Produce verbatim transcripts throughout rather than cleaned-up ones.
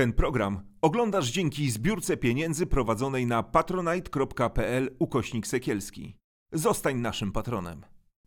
Ten program oglądasz dzięki zbiórce pieniędzy prowadzonej na patronite.pl ukośnik Sekielski. Zostań naszym patronem.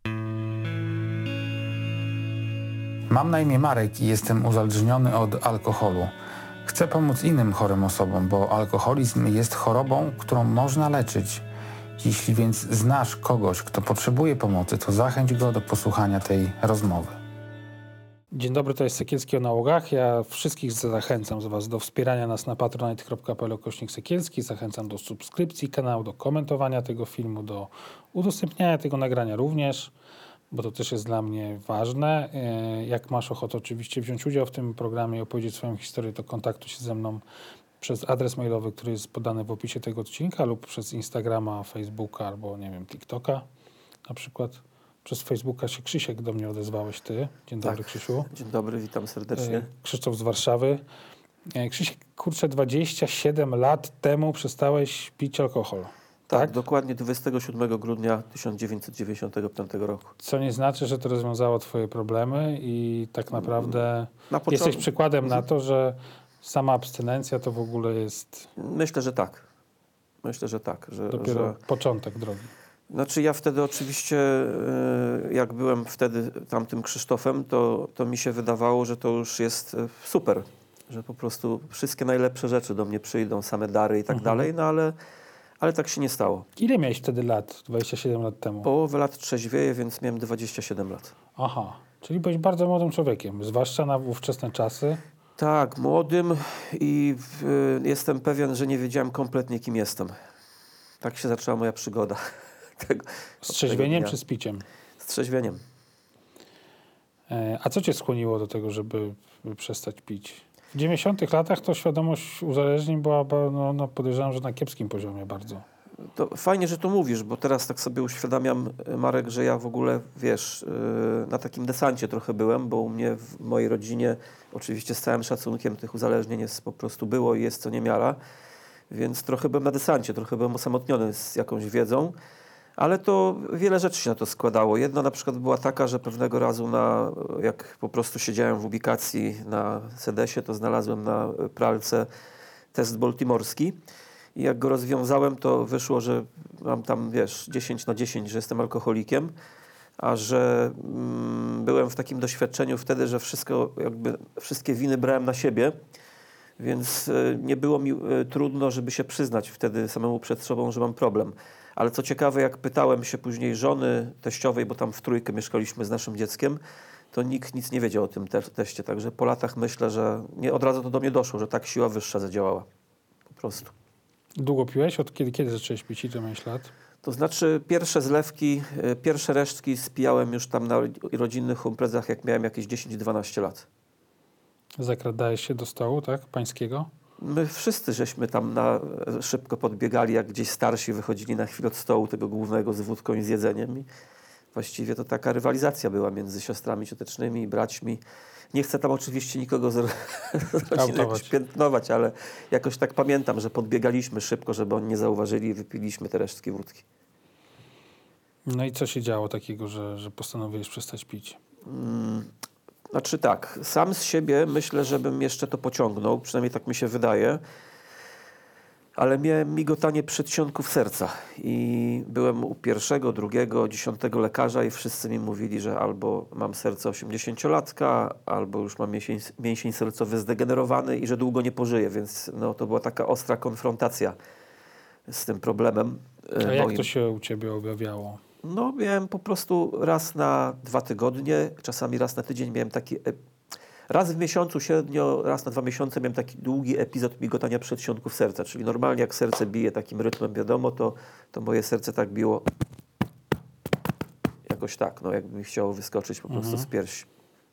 Mam na imię Marek i jestem uzależniony od alkoholu. Chcę pomóc innym chorym osobom, bo alkoholizm jest chorobą, którą można leczyć. Jeśli więc znasz kogoś, kto potrzebuje pomocy, to zachęć go do posłuchania tej rozmowy. Dzień dobry, to jest Sekielski o nałogach. Ja wszystkich zachęcam z Was do wspierania nas na patronite.pl ukośnik Sekielski. Zachęcam do subskrypcji kanału, do komentowania tego filmu, do udostępniania tego nagrania również, bo to też jest dla mnie ważne. Jak masz ochotę oczywiście wziąć udział w tym programie i opowiedzieć swoją historię, to kontaktuj się ze mną przez adres mailowy, który jest podany w opisie tego odcinka, lub przez Instagrama, Facebooka albo, nie wiem, TikToka na przykład. Przez Facebooka się Krzysiek do mnie odezwałeś ty. Dzień dobry, tak. Krzysiu. Dzień dobry, witam serdecznie. Krzysztof z Warszawy. Krzysiek, kurczę, dwadzieścia siedem lat temu przestałeś pić alkohol. Tak, tak? Dokładnie dwudziestego siódmego grudnia tysiąc dziewięćset dziewięćdziesiątego piątego roku. Co nie znaczy, że to rozwiązało twoje problemy i tak naprawdę na początku... jesteś przykładem na to, że sama abstynencja to w ogóle jest... Myślę, że tak. Myślę, że tak. Że, dopiero że... początek drogi. Znaczy ja wtedy oczywiście, jak byłem wtedy tamtym Krzysztofem, to, to mi się wydawało, że to już jest super. Że po prostu wszystkie najlepsze rzeczy do mnie przyjdą, same dary i tak mhm. dalej, no ale, ale tak się nie stało. Ile miałeś wtedy lat, dwadzieścia siedem lat temu? Połowę lat trzeźwieję, więc miałem dwadzieścia siedem lat. Aha, czyli byłeś bardzo młodym człowiekiem, zwłaszcza na ówczesne czasy. Tak, młodym i y, jestem pewien, że nie wiedziałem kompletnie, kim jestem. Tak się zaczęła moja przygoda. Tego, z trzeźwieniem czy z piciem? Z trzeźwieniem. E, a co cię skłoniło do tego, żeby przestać pić? W dziewięćdziesiątych latach to świadomość uzależnień była, no, no podejrzewam, że na kiepskim poziomie bardzo. To fajnie, że to mówisz, bo teraz tak sobie uświadamiam, Marek, że ja w ogóle, wiesz, yy, na takim desancie trochę byłem, bo u mnie w mojej rodzinie, oczywiście z całym szacunkiem, tych uzależnień jest, po prostu było i jest co niemiara, więc trochę byłem na desancie, trochę byłem osamotniony z jakąś wiedzą. Ale to wiele rzeczy się na to składało. Jedna na przykład była taka, że pewnego razu, na, jak po prostu siedziałem w ubikacji na sedesie, to znalazłem na pralce test baltimorski i jak go rozwiązałem, to wyszło, że mam tam, wiesz, dziesięć na dziesięć, że jestem alkoholikiem, a że mm, byłem w takim doświadczeniu wtedy, że wszystko, jakby wszystkie winy brałem na siebie, więc y, nie było mi y, trudno, żeby się przyznać wtedy samemu przed sobą, że mam problem. Ale co ciekawe, jak pytałem się później żony teściowej, bo tam w trójkę mieszkaliśmy z naszym dzieckiem, to nikt nic nie wiedział o tym te teście. Także po latach myślę, że nie od razu to do mnie doszło, że tak siła wyższa zadziałała. Po prostu. Długo piłeś? Od kiedy, kiedy zacząłeś pić? Ile miałeś lat? To znaczy pierwsze zlewki, pierwsze resztki spijałem już tam na rodzinnych imprezach, jak miałem jakieś dziesięć dwanaście lat. Zakradałeś się do stołu, tak? Pańskiego? My wszyscy żeśmy tam na, szybko podbiegali, jak gdzieś starsi wychodzili na chwilę od stołu tego głównego z wódką i z jedzeniem. I właściwie to taka rywalizacja była między siostrami ciotecznymi i braćmi. Nie chcę tam oczywiście nikogo z rodziny jakoś piętnować, ale jakoś tak pamiętam, że podbiegaliśmy szybko, żeby oni nie zauważyli i wypiliśmy te resztki wódki. No i co się działo takiego, że, że postanowiłeś przestać pić? Hmm. Znaczy tak, sam z siebie myślę, żebym jeszcze to pociągnął, przynajmniej tak mi się wydaje, ale miałem migotanie przedsionków serca i byłem u pierwszego, drugiego, dziesiątego lekarza i wszyscy mi mówili, że albo mam serce osiemdziesięciolatka, albo już mam mięsień, mięsień sercowy zdegenerowany i że długo nie pożyję, więc no, to była taka ostra konfrontacja z tym problemem. A moim. Jak to się u ciebie objawiało? No miałem po prostu raz na dwa tygodnie, czasami raz na tydzień miałem taki, raz w miesiącu średnio, raz na dwa miesiące miałem taki długi epizod migotania przedsionków serca, czyli normalnie jak serce bije takim rytmem, wiadomo, to, to moje serce tak biło jakoś tak, no jakby mi chciało wyskoczyć po prostu mhm. z piersi.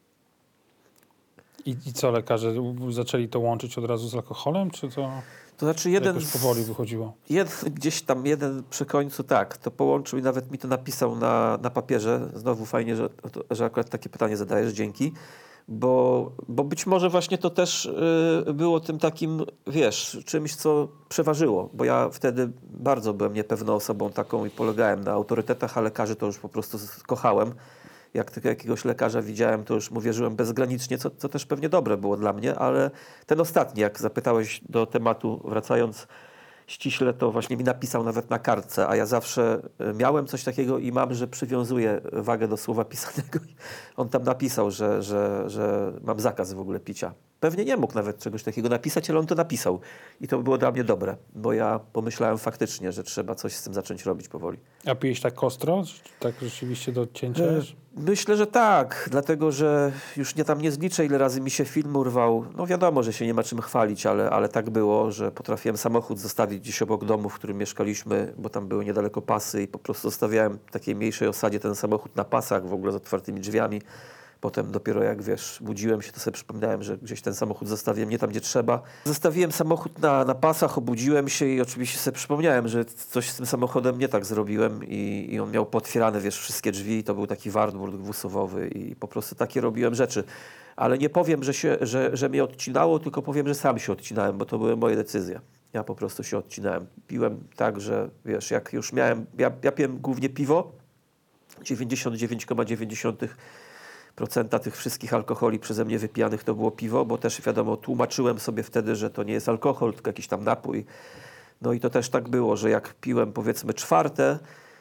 I, I co, lekarze zaczęli to łączyć od razu z alkoholem, czy to... To znaczy jeden jakoś powoli wychodziło? Jeden, gdzieś tam jeden przy końcu tak, to połączył i nawet mi to napisał na, na papierze. Znowu fajnie, że, że akurat takie pytanie zadajesz, dzięki. Bo, bo być może właśnie to też y, było tym takim, wiesz, czymś, co przeważyło. Bo ja wtedy bardzo byłem niepewną osobą taką i polegałem na autorytetach, a lekarzy to już po prostu kochałem. jak tylko jakiegoś lekarza widziałem, to już mu wierzyłem bezgranicznie, co, co też pewnie dobre było dla mnie, ale ten ostatni, jak zapytałeś do tematu, wracając ściśle, to właśnie mi napisał nawet na kartce, a ja zawsze miałem coś takiego i mam, że przywiązuję wagę do słowa pisanego. On tam napisał, że, że, że mam zakaz w ogóle picia. Pewnie nie mógł nawet czegoś takiego napisać, ale on to napisał. I to było dla mnie dobre, bo ja pomyślałem faktycznie, że trzeba coś z tym zacząć robić powoli. A pijesz tak ostro? Tak rzeczywiście do odcięcia? E, Myślę, że tak, dlatego że już nie tam nie zliczę, ile razy mi się film urwał. No wiadomo, że się nie ma czym chwalić, ale, ale tak było, że potrafiłem samochód zostawić gdzieś obok domu, w którym mieszkaliśmy, bo tam były niedaleko pasy i po prostu zostawiałem w takiej mniejszej osadzie ten samochód na pasach, w ogóle z otwartymi drzwiami. Potem dopiero jak, wiesz, budziłem się, to sobie przypominałem, że gdzieś ten samochód zostawiłem nie tam, gdzie trzeba. Zostawiłem samochód na, na pasach, obudziłem się i oczywiście sobie przypomniałem, że coś z tym samochodem nie tak zrobiłem i, i on miał pootwierane, wiesz, wszystkie drzwi. To był taki Wartburg dwusuwowy i po prostu takie robiłem rzeczy. Ale nie powiem, że, się, że, że mnie odcinało, tylko powiem, że sam się odcinałem, bo to były moje decyzje. Ja po prostu się odcinałem. Piłem tak, że wiesz, jak już miałem, ja, ja piłem głównie piwo, dziewięćdziesiąt dziewięć przecinek dziewięć procent tych wszystkich alkoholi przeze mnie wypijanych to było piwo, bo też wiadomo, tłumaczyłem sobie wtedy, że to nie jest alkohol, tylko jakiś tam napój. No i to też tak było, że jak piłem powiedzmy czwarte,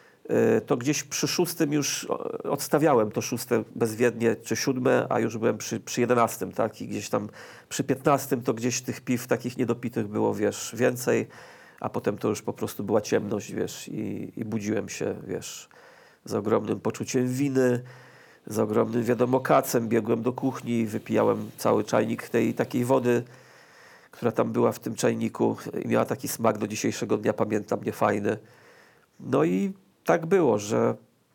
to gdzieś przy szóstym już odstawiałem to szóste bezwiednie, czy siódme, a już byłem przy, przy jedenastym, tak? I gdzieś tam przy piętnastym to gdzieś tych piw takich niedopitych było, wiesz, więcej, a potem to już po prostu była ciemność, wiesz, i, i budziłem się, wiesz, z ogromnym poczuciem winy, z ogromnym, wiadomo, kacem, biegłem do kuchni, wypijałem cały czajnik tej takiej wody, która tam była w tym czajniku i miała taki smak do dzisiejszego dnia, pamiętam, niefajny. No i tak było, że,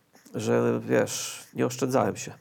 że wiesz, nie oszczędzałem się.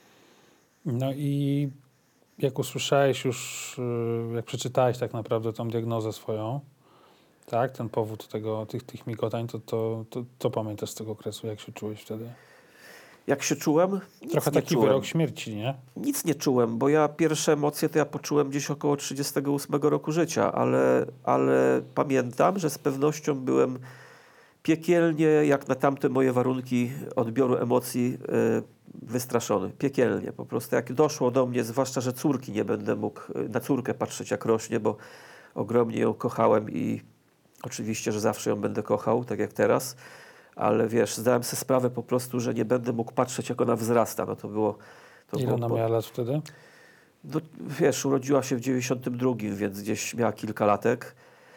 No i jak usłyszałeś już, jak przeczytałeś tak naprawdę tą diagnozę swoją, tak, ten powód tego, tych, tych migotań, to, to, to co pamiętasz z tego okresu, jak się czułeś wtedy? Jak się czułem? Nic Trochę nie taki czułem. wyrok śmierci, nie? Nic nie czułem, bo ja pierwsze emocje to ja poczułem gdzieś około trzydziestego ósmego roku życia, ale, ale pamiętam, że z pewnością byłem piekielnie, jak na tamte moje warunki odbioru emocji, yy, wystraszony. Piekielnie. Po prostu jak doszło do mnie, zwłaszcza, że córki nie będę mógł na córkę patrzeć jak rośnie, bo ogromnie ją kochałem i oczywiście, że zawsze ją będę kochał, tak jak teraz. Ale wiesz, zdałem sobie sprawę po prostu, że nie będę mógł patrzeć, jak ona wzrasta. No to było... To Ile było, ona po... miała lat wtedy? No, wiesz, urodziła się w dziewięćdziesiątym drugim, więc gdzieś miała kilka latek.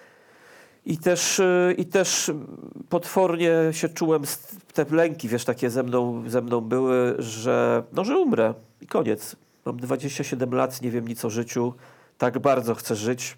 I też, yy, i też potwornie się czułem, te lęki, wiesz, takie ze mną, ze mną były, że, no, że umrę i koniec. Mam dwadzieścia siedem lat, nie wiem nic o życiu, tak bardzo chcę żyć.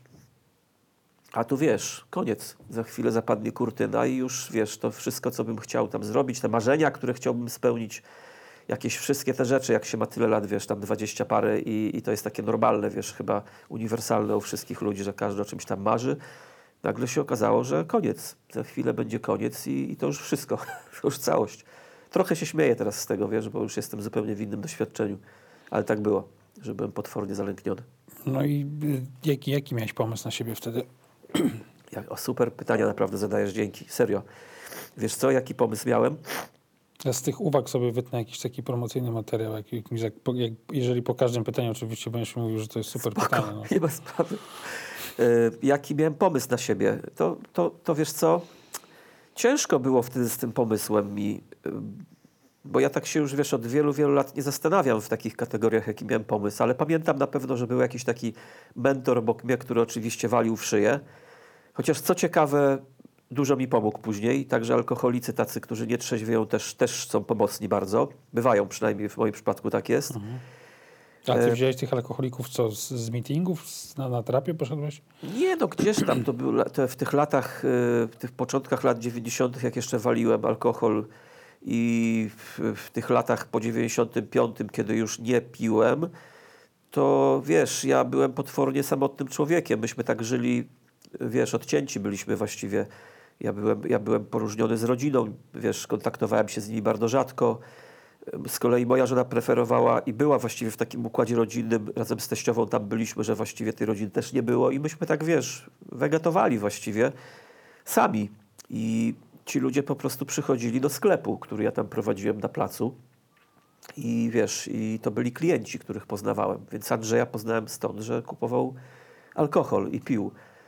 A tu wiesz, koniec. Za chwilę zapadnie kurtyna i już wiesz, to wszystko, co bym chciał tam zrobić, te marzenia, które chciałbym spełnić, jakieś wszystkie te rzeczy, jak się ma tyle lat, wiesz, tam dwadzieścia parę i, i to jest takie normalne, wiesz, chyba uniwersalne u wszystkich ludzi, że każdy o czymś tam marzy. Nagle się okazało, że koniec. Za chwilę będzie koniec i, i to już wszystko. To już całość. Trochę się śmieję teraz z tego, wiesz, bo już jestem zupełnie w innym doświadczeniu. Ale tak było, że byłem potwornie zalękniony. No i y, jaki, jaki miałeś pomysł na siebie wtedy? Jak, o, super pytania naprawdę zadajesz, dzięki. Serio. Wiesz co, jaki pomysł miałem? Ja z tych uwag sobie wytnę jakiś taki promocyjny materiał. Jak, jakimś, jak, jak, jeżeli po każdym pytaniu oczywiście będziesz mówił, że to jest super Spoko, pytanie. No. nie ma sprawy. Y, jaki miałem pomysł na siebie? To, to, to wiesz co? Ciężko było wtedy z tym pomysłem mi, y, bo ja tak się już, wiesz, od wielu, wielu lat nie zastanawiam w takich kategoriach, jaki miałem pomysł, ale pamiętam na pewno, że był jakiś taki mentor obok mnie, który oczywiście walił w szyję. Chociaż co ciekawe, dużo mi pomógł później, także alkoholicy tacy, którzy nie trzeźwieją, też, też są pomocni bardzo. Bywają, przynajmniej w moim przypadku tak jest. Mhm. A ty wziąłeś tych alkoholików co, z, z meetingów? Z, na, na terapię poszedłeś? Nie, no gdzieś tam, to był, to w tych latach, w tych początkach lat dziewięćdziesiątych, jak jeszcze waliłem alkohol i w, w tych latach po dziewięćdziesiątym piątym, kiedy już nie piłem, to wiesz, ja byłem potwornie samotnym człowiekiem. Myśmy tak żyli, wiesz, odcięci byliśmy właściwie. Ja byłem, ja byłem poróżniony z rodziną, wiesz, kontaktowałem się z nimi bardzo rzadko. Z kolei moja żona preferowała i była właściwie w takim układzie rodzinnym, razem z teściową tam byliśmy, że właściwie tej rodziny też nie było i myśmy tak, wiesz, wegetowali właściwie sami. I ci ludzie po prostu przychodzili do sklepu, który ja tam prowadziłem na placu. I wiesz, i to byli klienci, których poznawałem. Więc Andrzeja poznałem stąd, że kupował alkohol i pił.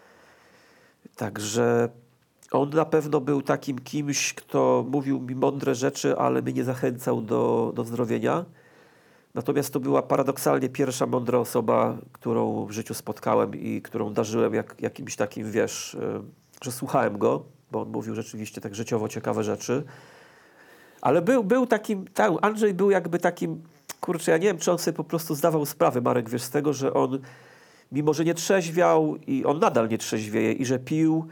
Także on na pewno był takim kimś, kto mówił mi mądre rzeczy, ale mnie nie zachęcał do, do zdrowienia. Natomiast to była paradoksalnie pierwsza mądra osoba, którą w życiu spotkałem i którą darzyłem jak, jakimś takim, wiesz, y, że słuchałem go, bo on mówił rzeczywiście tak życiowo ciekawe rzeczy. Ale był, był takim, tak, Andrzej był jakby takim, kurczę, ja nie wiem, czy on sobie po prostu zdawał sprawę, Marek, wiesz, z tego, że on, mimo że nie trzeźwiał i on nadal nie trzeźwieje i że pił,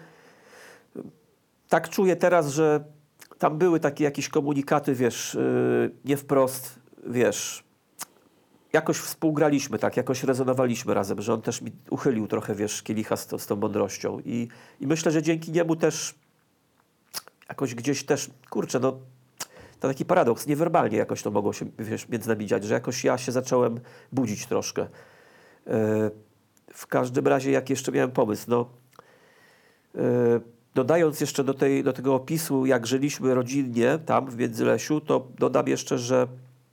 tak czuję teraz, że tam były takie jakieś komunikaty, wiesz, yy, nie wprost, wiesz, jakoś współgraliśmy, tak, jakoś rezonowaliśmy razem, że on też mi uchylił trochę, wiesz, kielicha z, to, z tą mądrością i, i myślę, że dzięki niemu też jakoś gdzieś też, kurczę, no to taki paradoks, niewerbalnie jakoś to mogło się, wiesz, między nami dziać, że jakoś ja się zacząłem budzić troszkę. Yy, w każdym razie, jaki jeszcze miałem pomysł, no yy, dodając jeszcze do, tej, do tego opisu, jak żyliśmy rodzinnie tam w Międzylesiu, to dodam jeszcze, że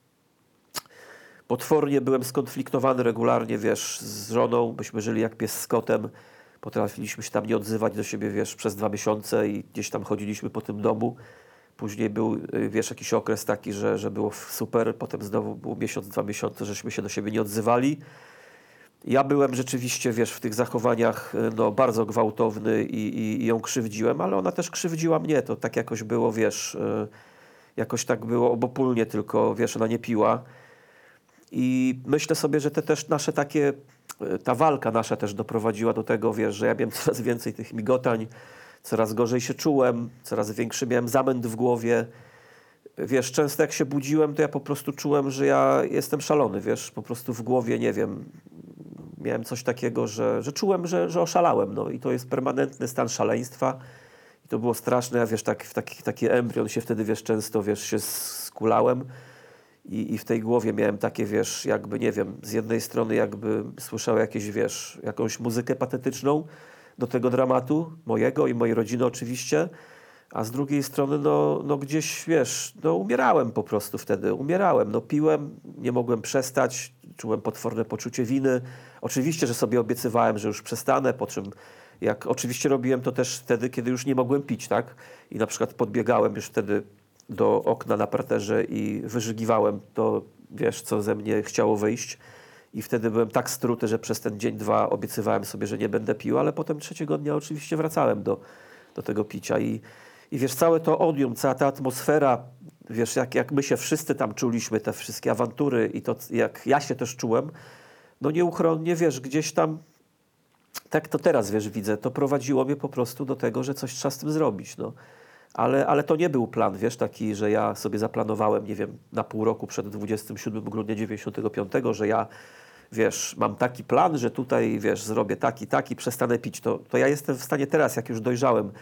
potwornie byłem skonfliktowany regularnie, wiesz, z żoną. Myśmy żyli jak pies z kotem. Potrafiliśmy się tam nie odzywać do siebie, wiesz, przez dwa miesiące i gdzieś tam chodziliśmy po tym domu. Później był, wiesz, jakiś okres taki, że, że było super. Potem znowu był miesiąc, dwa miesiące, żeśmy się do siebie nie odzywali. Ja byłem rzeczywiście, wiesz, w tych zachowaniach no, bardzo gwałtowny i, i, i ją krzywdziłem, ale ona też krzywdziła mnie. To tak jakoś było, wiesz, jakoś tak było obopólnie, tylko, wiesz, ona nie piła. I myślę sobie, że te też nasze takie, ta walka nasza też doprowadziła do tego, wiesz, że ja miałem coraz więcej tych migotań, coraz gorzej się czułem, coraz większy miałem zamęt w głowie. Wiesz, często jak się budziłem, to ja po prostu czułem, że ja jestem szalony, wiesz, po prostu w głowie, nie wiem, miałem coś takiego, że, że czułem, że, że oszalałem, no i to jest permanentny stan szaleństwa i to było straszne, ja wiesz, tak, w taki, taki embrion się wtedy, wiesz, często, wiesz, się skulałem i, i w tej głowie miałem takie, wiesz, jakby, nie wiem, z jednej strony jakby słyszał jakieś, wiesz, jakąś muzykę patetyczną do tego dramatu mojego i mojej rodziny oczywiście, a z drugiej strony, no, no gdzieś, wiesz, no umierałem po prostu wtedy, umierałem, no piłem, nie mogłem przestać, czułem potworne poczucie winy. Oczywiście, że sobie obiecywałem, że już przestanę, po czym jak oczywiście robiłem to też wtedy, kiedy już nie mogłem pić, tak? I na przykład podbiegałem już wtedy do okna na parterze i wyżygiwałem to, wiesz, co ze mnie chciało wyjść. I wtedy byłem tak struty, że przez ten dzień, dwa obiecywałem sobie, że nie będę pił, ale potem trzeciego dnia oczywiście wracałem do, do tego picia i I wiesz, całe to odium, cała ta atmosfera, wiesz, jak, jak my się wszyscy tam czuliśmy, te wszystkie awantury i to, jak ja się też czułem, no nieuchronnie, wiesz, gdzieś tam, tak to teraz, wiesz, widzę, to prowadziło mnie po prostu do tego, że coś trzeba z tym zrobić, no. Ale, ale to nie był plan, wiesz, taki, że ja sobie zaplanowałem, nie wiem, na pół roku przed dwudziestego siódmego grudnia dziewięćdziesiątego piątego, że ja, wiesz, mam taki plan, że tutaj, wiesz, zrobię taki, taki, przestanę pić. To, to ja jestem w stanie teraz, jak już dojrzałem,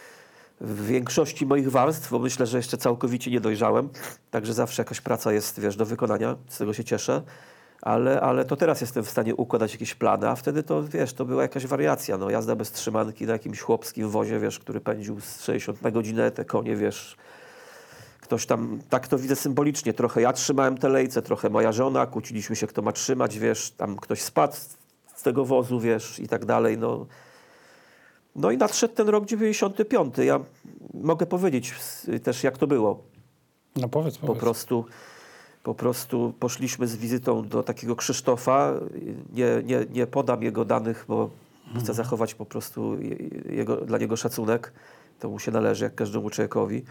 w większości moich warstw, bo myślę, że jeszcze całkowicie nie dojrzałem, także zawsze jakaś praca jest, wiesz, do wykonania, z tego się cieszę, ale, ale to teraz jestem w stanie układać jakieś plany, a wtedy to, wiesz, to była jakaś wariacja, no, jazda bez trzymanki na jakimś chłopskim wozie, wiesz, który pędził z sześćdziesiąt na godzinę, te konie, wiesz, ktoś tam, tak to widzę symbolicznie, trochę ja trzymałem te lejce, trochę moja żona, kłóciliśmy się, kto ma trzymać, wiesz, tam ktoś spadł z tego wozu, wiesz, i tak dalej, no. No i nadszedł ten rok dziewięćdziesiąty piąty. Ja mogę powiedzieć też, jak to było. No powiedz, powiedz. Po prostu, po prostu poszliśmy z wizytą do takiego Krzysztofa. Nie, nie, nie podam jego danych, bo mhm. chcę zachować po prostu jego, dla niego szacunek. To mu się należy, jak każdemu człowiekowi.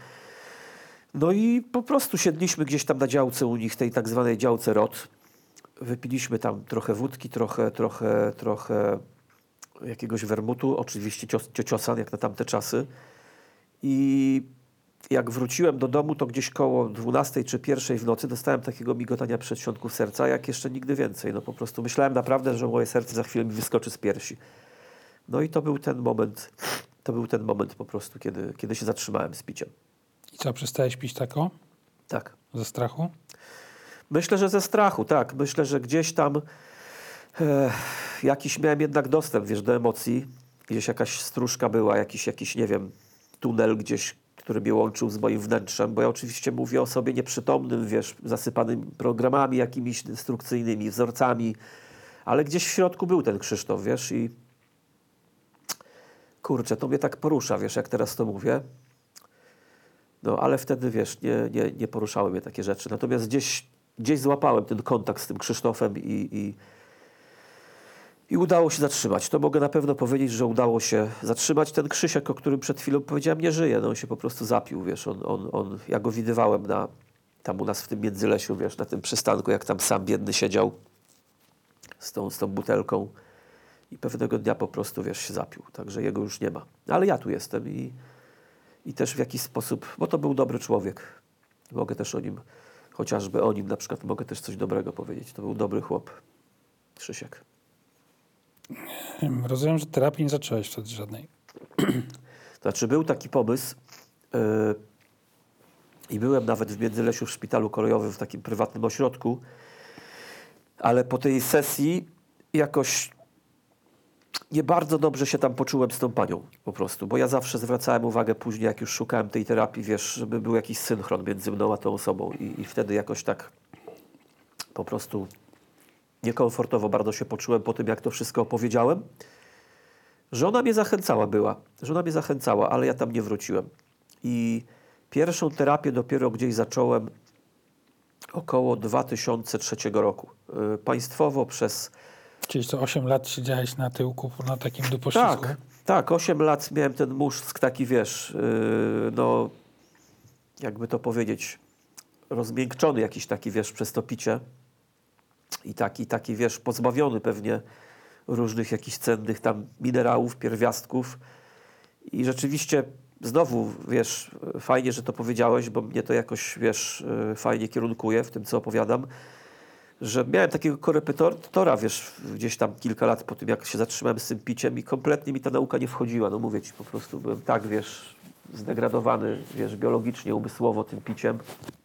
No i po prostu siedliśmy gdzieś tam na działce u nich, tej tak zwanej działce R O T. Wypiliśmy tam trochę wódki, trochę, trochę, trochę jakiegoś wermutu, oczywiście ciociosan, jak na tamte czasy. I jak wróciłem do domu, to gdzieś koło dwunastej czy pierwszej w nocy dostałem takiego migotania przedsionków serca, jak jeszcze nigdy więcej. No po prostu myślałem naprawdę, że moje serce za chwilę mi wyskoczy z piersi. No i to był ten moment, to był ten moment po prostu, kiedy, kiedy się zatrzymałem z piciem. I co, przestałeś pić tako? Tak. Ze strachu? Myślę, że ze strachu, tak. Myślę, że gdzieś tam e, jakiś miałem jednak dostęp, wiesz, do emocji. Gdzieś jakaś stróżka była, jakiś, jakiś, nie wiem, tunel gdzieś, który mnie łączył z moim wnętrzem, bo ja oczywiście mówię o sobie nieprzytomnym, wiesz, zasypanym programami jakimiś instrukcyjnymi, wzorcami, ale gdzieś w środku był ten Krzysztof, wiesz, i kurczę, to mnie tak porusza, wiesz, jak teraz to mówię. No, ale wtedy, wiesz, nie, nie, nie poruszały mnie takie rzeczy. Natomiast gdzieś, gdzieś złapałem ten kontakt z tym Krzysztofem i, i, i udało się zatrzymać. To mogę na pewno powiedzieć, że udało się zatrzymać. Ten Krzysiek, o którym przed chwilą powiedziałem, nie żyje. No, on się po prostu zapił, wiesz. On, on, on, ja go widywałem na, tam u nas w tym Międzylesiu, wiesz, na tym przystanku, jak tam sam biedny siedział z tą, z tą butelką i pewnego dnia po prostu, wiesz, się zapił. Także jego już nie ma. Ale ja tu jestem i I też w jakiś sposób, bo to był dobry człowiek. Mogę też o nim, chociażby o nim na przykład, mogę też coś dobrego powiedzieć. To był dobry chłop, Krzysiek. Rozumiem, że terapii nie zacząłeś wtedy żadnej. Znaczy był taki pomysł yy, i byłem nawet w Międzylesiu w szpitalu kolejowym, w takim prywatnym ośrodku, ale po tej sesji jakoś nie bardzo dobrze się tam poczułem z tą panią po prostu, bo ja zawsze zwracałem uwagę później, jak już szukałem tej terapii, wiesz, żeby był jakiś synchron między mną a tą osobą i, i wtedy jakoś tak po prostu niekomfortowo bardzo się poczułem po tym, jak to wszystko opowiedziałem. Żona mnie zachęcała była, żona mnie zachęcała, ale ja tam nie wróciłem. I pierwszą terapię dopiero gdzieś zacząłem około dwa tysiące trzeciego roku. Yy, państwowo przez Czyli co osiem lat siedziałeś na tyłku na takim dupoślizgu? Tak, tak, osiem lat miałem ten mózg taki, wiesz, yy, no, jakby to powiedzieć, rozmiękczony jakiś taki, wiesz, przez to picie i taki, taki, wiesz, pozbawiony pewnie różnych jakichś cennych tam minerałów, pierwiastków i rzeczywiście znowu, wiesz, fajnie, że to powiedziałeś, bo mnie to jakoś, wiesz, yy, fajnie kierunkuje w tym, co opowiadam, że miałem takiego korepetytora, wiesz, gdzieś tam kilka lat po tym, jak się zatrzymałem z tym piciem i kompletnie mi ta nauka nie wchodziła. No mówię ci, po prostu byłem tak, wiesz, zdegradowany, wiesz, biologicznie, umysłowo tym piciem,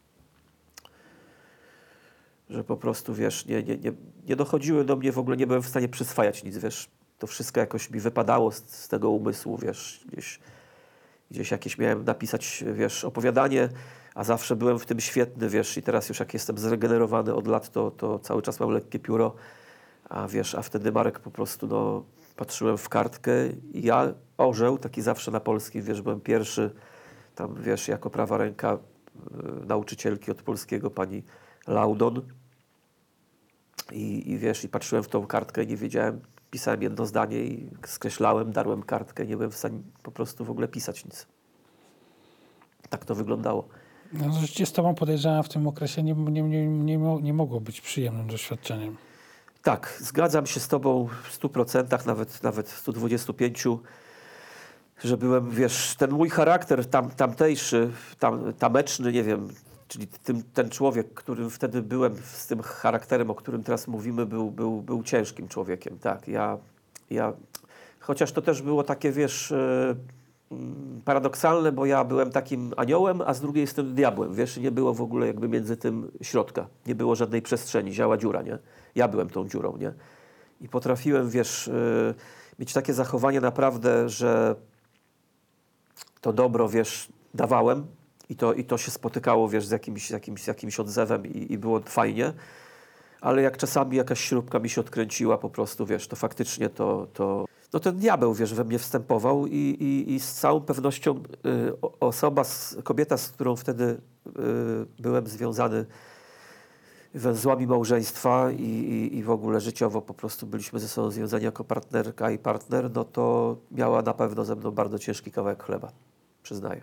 że po prostu, wiesz, nie, nie, nie, nie dochodziły do mnie, w ogóle nie byłem w stanie przyswajać nic, wiesz. To wszystko jakoś mi wypadało z, z tego umysłu, wiesz, gdzieś, gdzieś jakieś miałem napisać, wiesz, opowiadanie, a zawsze byłem w tym świetny, wiesz, i teraz już jak jestem zregenerowany od lat, to, to cały czas mam lekkie pióro, a wiesz, a wtedy Marek po prostu, no, patrzyłem w kartkę i ja, orzeł, taki zawsze na polskim, wiesz, byłem pierwszy, tam, wiesz, jako prawa ręka y, nauczycielki od polskiego, pani Laudon i, i wiesz, i patrzyłem w tą kartkę i nie wiedziałem, pisałem jedno zdanie i skreślałem, darłem kartkę, nie byłem w stanie po prostu w ogóle pisać nic. Tak to wyglądało. No, życie z tobą, podejrzewam, w tym okresie nie, nie, nie, nie, mo- nie mogło być przyjemnym doświadczeniem. Tak, zgadzam się z tobą w stu procentach, nawet, nawet w stu dwudziestu pięciu, że byłem, wiesz, ten mój charakter tam, tamtejszy, tam, tameczny, nie wiem, czyli tym, ten człowiek, którym wtedy byłem, z tym charakterem, o którym teraz mówimy, był, był, był ciężkim człowiekiem, tak. Ja, ja, chociaż to też było takie, wiesz, yy, paradoksalne, bo ja byłem takim aniołem, a z drugiej strony diabłem, wiesz, nie było w ogóle jakby między tym środka. Nie było żadnej przestrzeni, ziała dziura, nie? Ja byłem tą dziurą, nie? I potrafiłem, wiesz, yy, mieć takie zachowanie naprawdę, że to dobro, wiesz, dawałem i to, i to się spotykało, wiesz, z jakimś, jakimś, jakimś odzewem i, i było fajnie, ale jak czasami jakaś śrubka mi się odkręciła po prostu, wiesz, to faktycznie to, to no ten diabeł, wiesz, we mnie wstępował i, i, i z całą pewnością y, osoba, z, kobieta, z którą wtedy y, byłem związany węzłami małżeństwa i, i, i w ogóle życiowo po prostu byliśmy ze sobą związani jako partnerka i partner, no to miała na pewno ze mną bardzo ciężki kawałek chleba, przyznaję.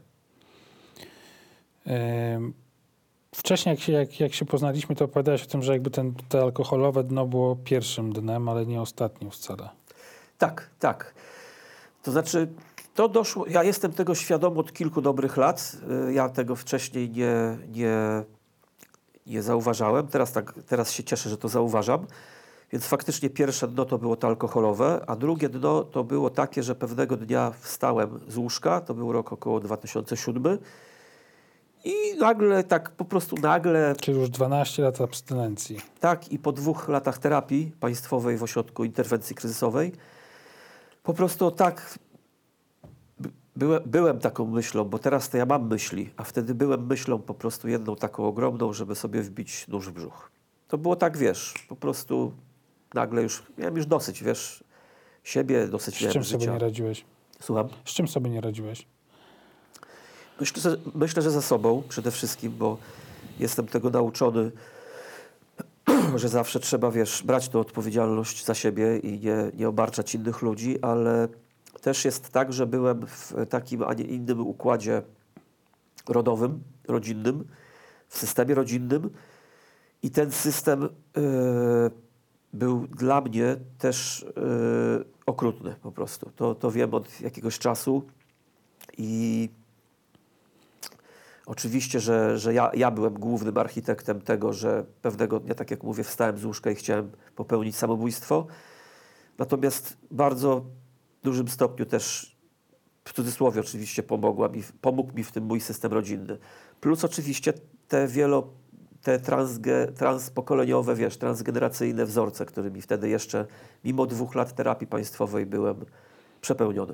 Ym, Wcześniej, jak się, jak, jak się poznaliśmy, to opowiadałeś o tym, że jakby ten, te alkoholowe dno było pierwszym dnem, ale nie ostatnim wcale. Tak, tak. To znaczy, to doszło, ja jestem tego świadom od kilku dobrych lat. Ja tego wcześniej nie, nie, nie zauważałem. Teraz, tak, teraz się cieszę, że to zauważam. Więc faktycznie pierwsze dno to było to alkoholowe, a drugie dno to było takie, że pewnego dnia wstałem z łóżka, to był rok około dwa tysiące siódmy i nagle, tak po prostu nagle... Czyli już dwanaście lat abstynencji. Tak, i po dwóch latach terapii państwowej w ośrodku interwencji kryzysowej po prostu tak byłem, byłem taką myślą, bo teraz to ja mam myśli, a wtedy byłem myślą po prostu jedną taką ogromną, żeby sobie wbić nóż w brzuch. To było tak, wiesz, po prostu nagle już, miałem już dosyć, wiesz, siebie, dosyć Z miałem czym życia. sobie nie radziłeś? Słucham? Z czym sobie nie radziłeś? Myślę, że, myślę, że ze sobą przede wszystkim, bo jestem tego nauczony, że zawsze trzeba, wiesz, brać tę odpowiedzialność za siebie i nie, nie obarczać innych ludzi, ale też jest tak, że byłem w takim, a nie innym układzie rodowym, rodzinnym, w systemie rodzinnym i ten system y, był dla mnie też y, okrutny po prostu. To, to wiem od jakiegoś czasu i oczywiście, że, że ja, ja byłem głównym architektem tego, że pewnego dnia, tak jak mówię, wstałem z łóżka i chciałem popełnić samobójstwo. Natomiast w bardzo dużym stopniu też, w cudzysłowie oczywiście, pomogła mi, pomógł mi w tym mój system rodzinny. Plus oczywiście te wielo, te transge, transpokoleniowe, wiesz, transgeneracyjne wzorce, którymi wtedy jeszcze, mimo dwóch lat terapii państwowej, byłem przepełniony.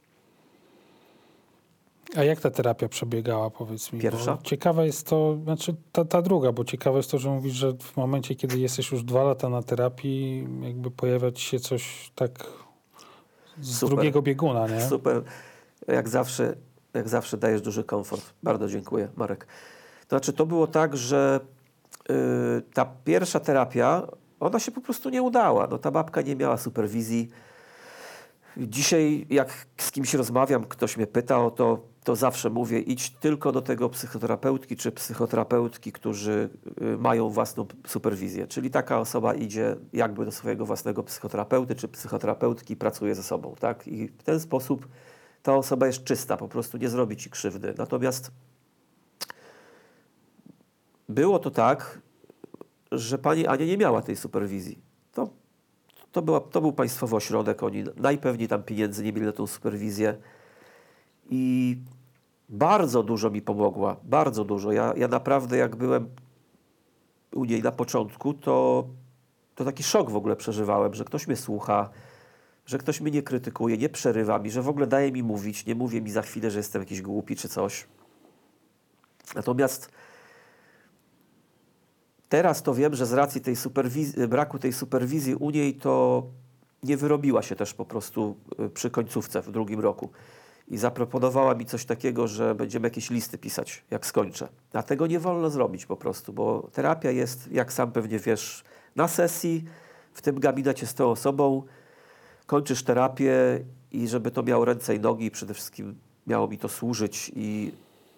A jak ta terapia przebiegała, powiedz mi? Pierwsza? Bo ciekawe jest to, znaczy ta, ta druga, bo ciekawe jest to, że mówisz, że w momencie, kiedy jesteś już dwa lata na terapii, jakby pojawia ci się coś tak z Super. drugiego bieguna, nie? Super. Jak zawsze, jak zawsze dajesz duży komfort. Bardzo dziękuję, Marek. To znaczy, to było tak, że yy, ta pierwsza terapia, ona się po prostu nie udała. No, ta babka nie miała superwizji. Dzisiaj, jak z kimś rozmawiam, ktoś mnie pyta o to, to zawsze mówię, idź tylko do tego psychoterapeutki czy psychoterapeutki, którzy y, mają własną superwizję. Czyli taka osoba idzie jakby do swojego własnego psychoterapeuty czy psychoterapeutki i pracuje ze sobą. Tak? I w ten sposób ta osoba jest czysta, po prostu nie zrobi ci krzywdy. Natomiast było to tak, że pani Ania nie miała tej superwizji. To, to, była, to był państwowy ośrodek, oni najpewniej tam pieniędzy nie mieli na tą superwizję. I bardzo dużo mi pomogła, bardzo dużo. Ja, ja naprawdę jak byłem u niej na początku, to, to taki szok w ogóle przeżywałem, że ktoś mnie słucha, że ktoś mnie nie krytykuje, nie przerywa mi, że w ogóle daje mi mówić, nie mówię mi za chwilę, że jestem jakiś głupi czy coś. Natomiast teraz to wiem, że z racji tej superwizji, braku tej superwizji u niej to nie wyrobiła się też po prostu przy końcówce w drugim roku. I zaproponowała mi coś takiego, że będziemy jakieś listy pisać, jak skończę. A tego nie wolno zrobić po prostu, bo terapia jest, jak sam pewnie wiesz, na sesji, w tym gabinecie z tą osobą, kończysz terapię i żeby to miało ręce i nogi, przede wszystkim miało mi to służyć i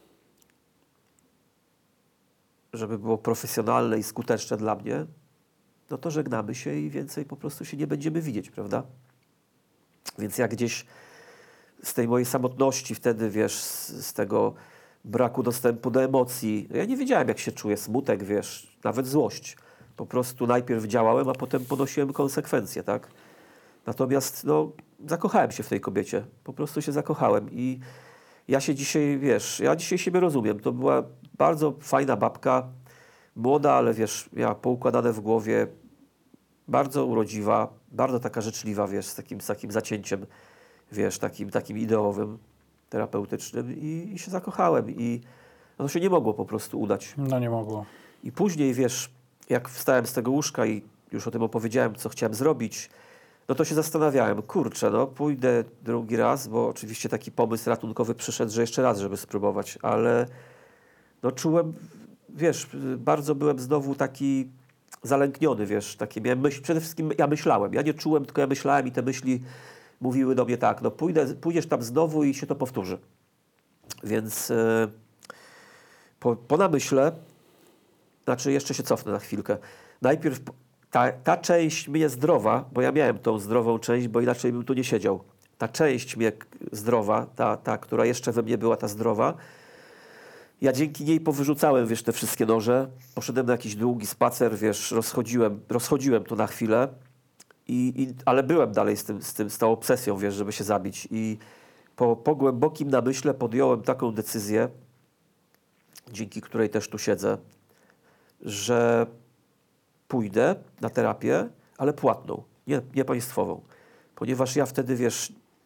żeby było profesjonalne i skuteczne dla mnie, no to żegnamy się i więcej po prostu się nie będziemy widzieć, prawda? Więc jak gdzieś z tej mojej samotności wtedy, wiesz, z, z tego braku dostępu do emocji, ja nie wiedziałem, jak się czuję, smutek, wiesz, nawet złość. Po prostu najpierw działałem, a potem ponosiłem konsekwencje, tak? Natomiast, no, zakochałem się w tej kobiecie. Po prostu się zakochałem i ja się dzisiaj, wiesz, ja dzisiaj siebie rozumiem. To była bardzo fajna babka, młoda, ale wiesz, miała poukładane w głowie, bardzo urodziwa, bardzo taka życzliwa, wiesz, z takim, z takim zacięciem, wiesz, takim, takim ideowym, terapeutycznym i, i się zakochałem i no, to się nie mogło po prostu udać. No nie mogło. I później, wiesz, jak wstałem z tego łóżka i już o tym opowiedziałem, co chciałem zrobić, no to się zastanawiałem, kurczę, no pójdę drugi raz, bo oczywiście taki pomysł ratunkowy przyszedł, że jeszcze raz, żeby spróbować, ale no czułem, wiesz, bardzo byłem znowu taki zalękniony, wiesz, takie miałem myśl, przede wszystkim ja myślałem, ja nie czułem, tylko ja myślałem i te myśli mówiły do mnie tak, no pójdę, pójdziesz tam znowu i się to powtórzy. Więc yy, po, po namyśle, znaczy jeszcze się cofnę na chwilkę, najpierw ta, ta część mnie zdrowa, bo ja miałem tą zdrową część, bo inaczej bym tu nie siedział, ta część mnie zdrowa, ta, ta, która jeszcze we mnie była, ta zdrowa, ja dzięki niej powyrzucałem, wiesz, te wszystkie noże, poszedłem na jakiś długi spacer, wiesz, rozchodziłem, rozchodziłem to na chwilę, i, i, ale byłem dalej z, tym, z, tym, z tą obsesją, wiesz, żeby się zabić i po, po głębokim namyśle podjąłem taką decyzję, dzięki której też tu siedzę, że pójdę na terapię, ale płatną, nie, nie państwową, ponieważ ja wtedy, wiesz,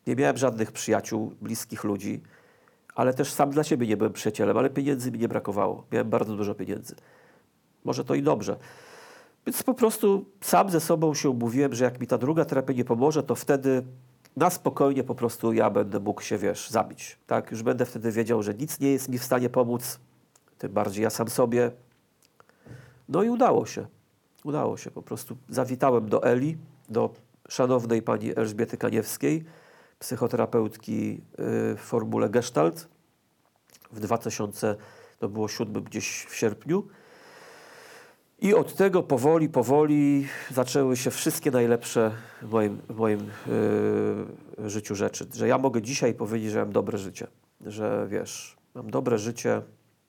Nie miałem żadnych przyjaciół, bliskich ludzi, ale też sam dla siebie nie byłem przyjacielem, ale pieniędzy mi nie brakowało. Miałem bardzo dużo pieniędzy. Może to i dobrze. Więc po prostu sam ze sobą się umówiłem, że jak mi ta druga terapia nie pomoże, to wtedy na spokojnie po prostu ja będę mógł się, wiesz, zabić. Tak? Już będę wtedy wiedział, że nic nie jest mi w stanie pomóc, tym bardziej ja sam sobie. No i udało się. Udało się. Po prostu zawitałem do Eli, do szanownej pani Elżbiety Kaniewskiej, psychoterapeutki w formule Gestalt w dwa tysiące siódmym gdzieś w sierpniu. I od tego powoli, powoli zaczęły się wszystkie najlepsze w moim, w moim yy, życiu rzeczy. Że ja mogę dzisiaj powiedzieć, że mam dobre życie. Że wiesz, mam dobre życie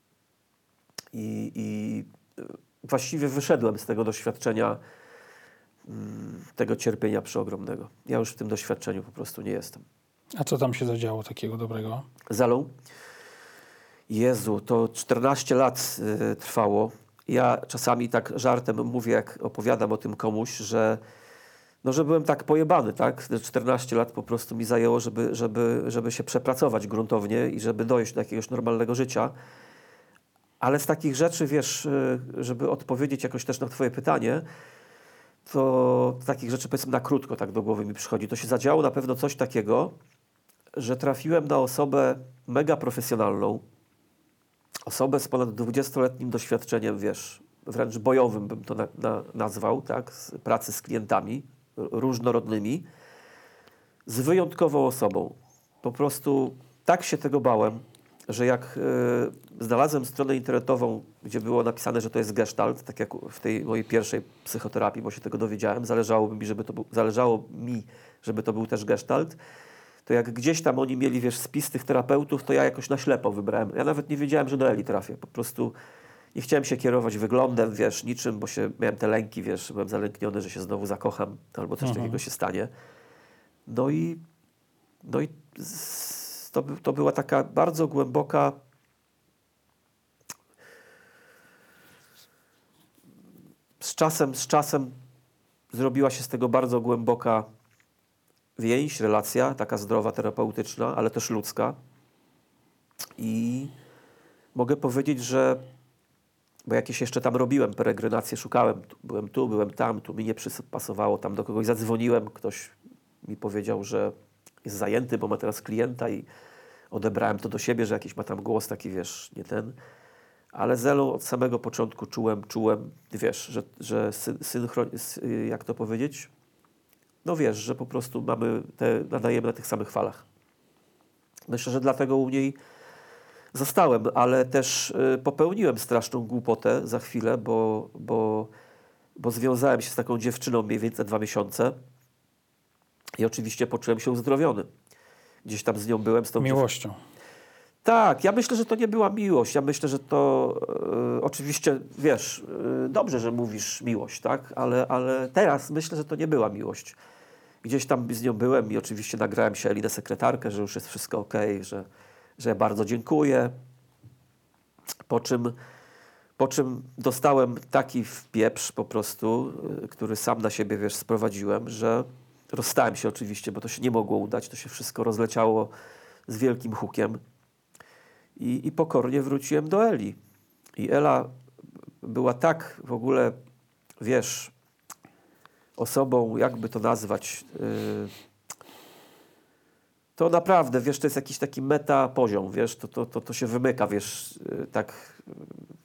i, i właściwie wyszedłem z tego doświadczenia, yy, tego cierpienia przeogromnego. Ja już w tym doświadczeniu po prostu nie jestem. A co tam się zadziało takiego dobrego? Zalą? Jezu, to czternaście lat yy, trwało. Ja czasami tak żartem mówię, jak opowiadam o tym komuś, że, no, że byłem tak pojebany, tak? czternaście lat po prostu mi zajęło, żeby, żeby, żeby się przepracować gruntownie i żeby dojść do jakiegoś normalnego życia. Ale z takich rzeczy, wiesz, żeby odpowiedzieć jakoś też na twoje pytanie, to z takich rzeczy, powiedzmy, na krótko tak do głowy mi przychodzi. To się zadziało na pewno coś takiego, że trafiłem na osobę mega profesjonalną, osobę z ponad dwudziestoletnim doświadczeniem, wiesz, wręcz bojowym bym to na, na, nazwał, tak, z pracy z klientami różnorodnymi, z wyjątkową osobą. Po prostu tak się tego bałem, że jak y, znalazłem stronę internetową, gdzie było napisane, że to jest gestalt, tak jak w tej mojej pierwszej psychoterapii, bo się tego dowiedziałem, zależało mi, żeby to był, zależało mi, żeby to był też gestalt, to jak gdzieś tam oni mieli, wiesz, spis tych terapeutów, to ja jakoś na ślepo wybrałem. Ja nawet nie wiedziałem, że do Eli trafię. Po prostu nie chciałem się kierować wyglądem, wiesz, niczym, bo się, miałem te lęki, wiesz, byłem zalękniony, że się znowu zakocham albo coś Mhm. takiego się stanie. No i, no i z, to, to była taka bardzo głęboka z czasem, z czasem zrobiła się z tego bardzo głęboka więź, relacja, taka zdrowa, terapeutyczna, ale też ludzka. I mogę powiedzieć, że bo jakieś jeszcze tam robiłem peregrinację, szukałem, byłem tu, byłem tam, tu mi nie pasowało, tam do kogoś zadzwoniłem, ktoś mi powiedział, że jest zajęty, bo ma teraz klienta i odebrałem to do siebie, że jakiś ma tam głos taki, wiesz, nie ten. Ale z Elą od samego początku czułem, czułem, wiesz, że, że synchron, jak to powiedzieć, no wiesz, że po prostu mamy te, nadajemy na tych samych falach. Myślę, że dlatego u niej zostałem, ale też y, popełniłem straszną głupotę za chwilę, bo, bo, bo związałem się z taką dziewczyną mniej więcej dwa miesiące i oczywiście poczułem się uzdrowiony. Gdzieś tam z nią byłem. Z tą Miłością. dziew... Tak, ja myślę, że to nie była miłość. Ja myślę, że to y, oczywiście, wiesz, y, dobrze, że mówisz miłość, tak? Ale, ale teraz myślę, że to nie była miłość. Gdzieś tam z nią byłem i oczywiście nagrałem się Eli na sekretarkę, że już jest wszystko okej, że, że bardzo dziękuję. Po czym, po czym dostałem taki wpieprz po prostu, y, który sam na siebie, wiesz, sprowadziłem, że rozstałem się oczywiście, bo to się nie mogło udać. To się wszystko rozleciało z wielkim hukiem. I, I pokornie wróciłem do Eli. I Ela była tak w ogóle, wiesz, osobą, jakby to nazwać, yy, to naprawdę, wiesz, to jest jakiś taki meta poziom, wiesz, to, to, to, to się wymyka, wiesz, yy, tak, yy,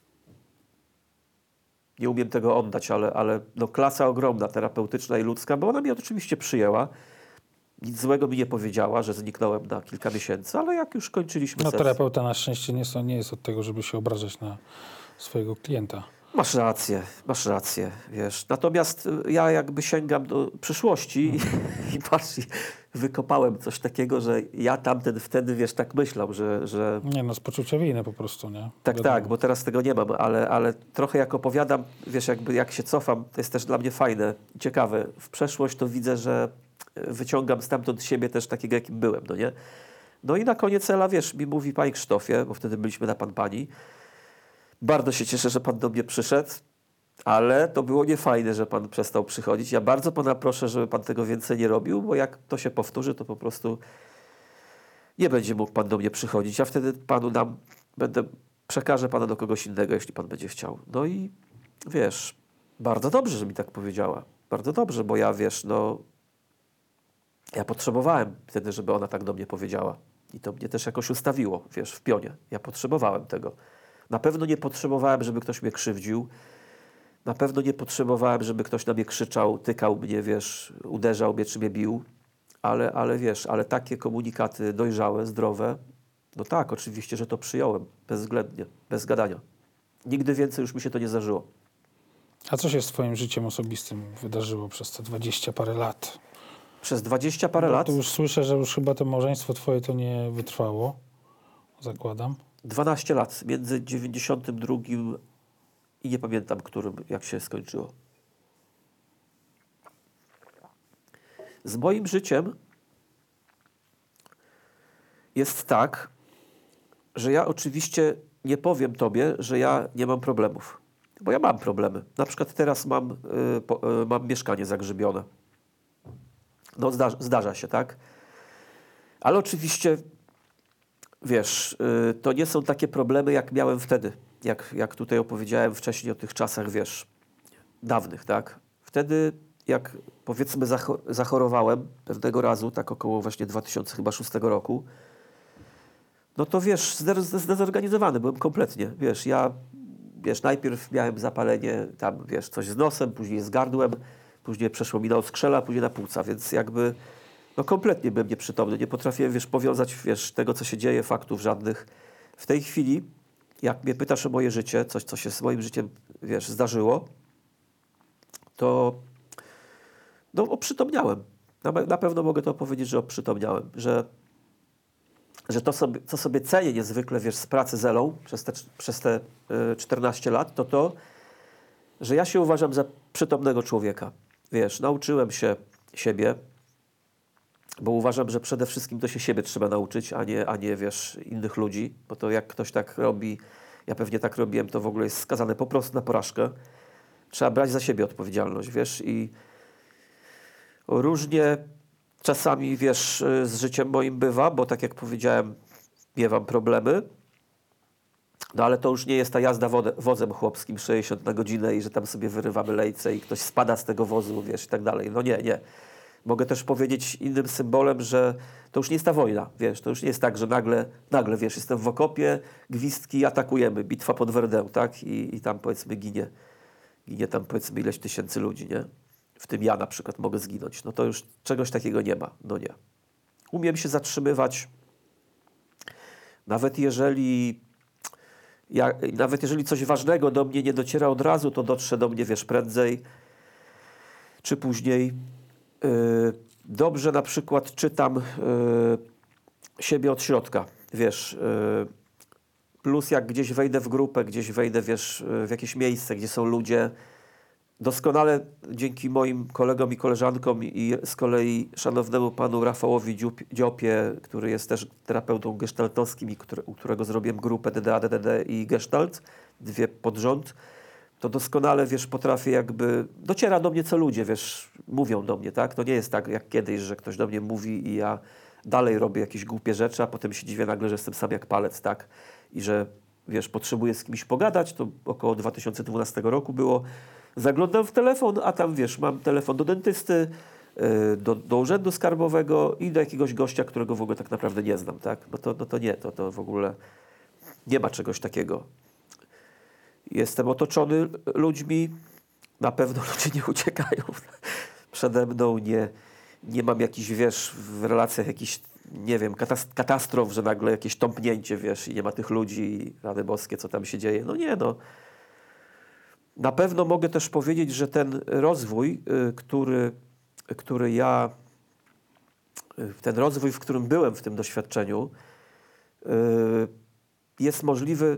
nie umiem tego oddać, ale, ale no, klasa ogromna, terapeutyczna i ludzka, bo ona mnie oczywiście przyjęła. Nic złego mi nie powiedziała, że zniknąłem na kilka miesięcy, ale jak już kończyliśmy No sesję... terapeuta na szczęście nie, są, nie jest od tego, żeby się obrażać na swojego klienta. Masz rację, masz rację, wiesz. Natomiast ja jakby sięgam do przyszłości i, i patrz, i wykopałem coś takiego, że ja tamten wtedy, wiesz, tak myślał, że... że... Nie no, z poczucia winy po prostu, nie? Tak, Wiadomo. tak, bo teraz tego nie mam, ale, ale trochę jak opowiadam, wiesz, jakby jak się cofam, to jest też dla mnie fajne, ciekawe. W przeszłość to widzę, że wyciągam stamtąd siebie też takiego, jakim byłem, no nie? No i na koniec Ela, wiesz, mi mówi: panie Krzysztofie, bo wtedy byliśmy na pan pani, bardzo się cieszę, że pan do mnie przyszedł. ale to było niefajne, że pan przestał przychodzić. Ja bardzo pana proszę, żeby pan tego więcej nie robił, bo jak to się powtórzy, to po prostu nie będzie mógł pan do mnie przychodzić. Ja wtedy panu dam, będę, przekażę pana do kogoś innego, jeśli pan będzie chciał. No i wiesz, bardzo dobrze, że mi tak powiedziała. Bardzo dobrze, bo ja, wiesz, no ja potrzebowałem wtedy, żeby ona tak do mnie powiedziała. I to mnie też jakoś ustawiło, wiesz, w pionie. Ja potrzebowałem tego. Na pewno nie potrzebowałem, żeby ktoś mnie krzywdził. Na pewno nie potrzebowałem, żeby ktoś na mnie krzyczał, tykał mnie, wiesz, uderzał mnie, czy mnie bił. Ale, ale wiesz, ale takie komunikaty dojrzałe, zdrowe, no tak, oczywiście, że to przyjąłem. Bezwzględnie, bez gadania. Nigdy więcej już mi się to nie zdarzyło. A co się z twoim życiem osobistym wydarzyło przez te dwadzieścia parę lat? Przez dwadzieścia parę Bo lat, tu już słyszę, że już chyba to małżeństwo twoje to nie wytrwało. Zakładam. dwanaście lat, między dziewięćdziesiątym drugim i nie pamiętam, którym, jak się skończyło. Z moim życiem jest tak, że ja oczywiście nie powiem tobie, że ja nie mam problemów. Bo ja mam problemy. Na przykład teraz mam, y, po, y, mam mieszkanie zagrzybione. No zdarza, zdarza się, tak? Ale oczywiście, wiesz, y, to nie są takie problemy, jak miałem wtedy. Jak, jak tutaj opowiedziałem wcześniej o tych czasach, wiesz, dawnych, tak? Wtedy, jak powiedzmy zacho- zachorowałem pewnego razu, tak około właśnie dwa tysiące szóstego roku, no to wiesz, zdezorganizowany byłem kompletnie. Wiesz, ja wiesz, najpierw miałem zapalenie, tam wiesz, coś z nosem, później z gardłem, później przeszło mi na odskrzela, później na płuca, więc jakby no kompletnie byłem nieprzytomny. Nie potrafiłem, wiesz, powiązać, wiesz, tego, co się dzieje, faktów żadnych. W tej chwili, jak mnie pytasz o moje życie, coś, co się z moim życiem, wiesz, zdarzyło, to no oprzytomniałem. Na, na pewno mogę to powiedzieć, że oprzytomniałem, że że to, sobie, co sobie cenię niezwykle, wiesz, z pracy z Elą przez te, przez te y, czternaście lat, to to, że ja się uważam za przytomnego człowieka. Wiesz, nauczyłem się siebie, bo uważam, że przede wszystkim to się siebie trzeba nauczyć, a nie, a nie, wiesz, innych ludzi, bo to jak ktoś tak robi, ja pewnie tak robiłem, to w ogóle jest skazane po prostu na porażkę. Trzeba brać za siebie odpowiedzialność, wiesz, i różnie czasami, wiesz, z życiem moim bywa, bo tak jak powiedziałem, miewam problemy, no ale to już nie jest ta jazda wode, wozem chłopskim sześćdziesiąt na godzinę i że tam sobie wyrywamy lejce i ktoś spada z tego wozu, wiesz, i tak dalej. No nie, nie. Mogę też powiedzieć innym symbolem, że to już nie jest ta wojna, wiesz, to już nie jest tak, że nagle, nagle, wiesz, jestem w okopie, gwizdki, atakujemy, bitwa pod Verdun, tak, i, i tam powiedzmy ginie, ginie tam powiedzmy ileś tysięcy ludzi, nie? W tym ja na przykład mogę zginąć. No to już czegoś takiego nie ma. No nie. Umiem się zatrzymywać, nawet jeżeli, ja, nawet jeżeli coś ważnego do mnie nie dociera od razu, to dotrze do mnie, wiesz, prędzej czy później. Yy, dobrze na przykład czytam yy, siebie od środka, wiesz, yy, plus jak gdzieś wejdę w grupę, gdzieś wejdę, wiesz, w jakieś miejsce, gdzie są ludzie, doskonale dzięki moim kolegom i koleżankom i z kolei szanownemu panu Rafałowi Dziopie, który jest też terapeutą gestaltowskim i który, u którego zrobiłem grupę D D A, D D D i Gestalt, dwie pod rząd, to doskonale, wiesz, potrafię jakby, dociera do mnie co ludzie, wiesz, mówią do mnie, tak? To nie jest tak jak kiedyś, że ktoś do mnie mówi i ja dalej robię jakieś głupie rzeczy, a potem się dziwię nagle, że jestem sam jak palec, tak? I że, wiesz, potrzebuję z kimś pogadać, to około dwa tysiące dwunastego roku było. Zaglądam w telefon, a tam, wiesz, mam telefon do dentysty, yy, do, do urzędu skarbowego i do jakiegoś gościa, którego w ogóle tak naprawdę nie znam, tak? No to, no to nie, to, to w ogóle nie ma czegoś takiego. Jestem otoczony ludźmi, na pewno ludzie nie uciekają przede mną, nie, nie mam jakichś, wiesz, w relacjach jakichś, nie wiem, katastrof, że nagle jakieś tąpnięcie, wiesz, i nie ma tych ludzi, rany boskie, co tam się dzieje. No nie, no. Na pewno mogę też powiedzieć, że ten rozwój, y, który, który ja, y, ten rozwój, w którym byłem w tym doświadczeniu, y, jest możliwy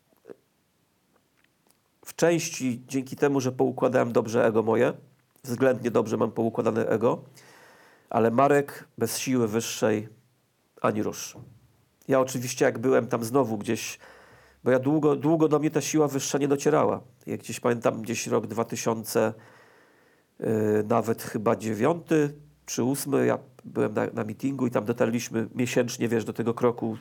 w części dzięki temu, że poukładałem dobrze ego moje, względnie dobrze mam poukładane ego, ale Marek bez siły wyższej ani rusz. Ja oczywiście jak byłem tam znowu gdzieś Bo ja długo, długo do mnie ta siła wyższa nie docierała. Jak gdzieś pamiętam, gdzieś rok dwa tysiące, yy, nawet chyba dziewiąty czy ósmy, ja byłem na, na meetingu i tam dotarliśmy miesięcznie, wiesz, do tego kroku.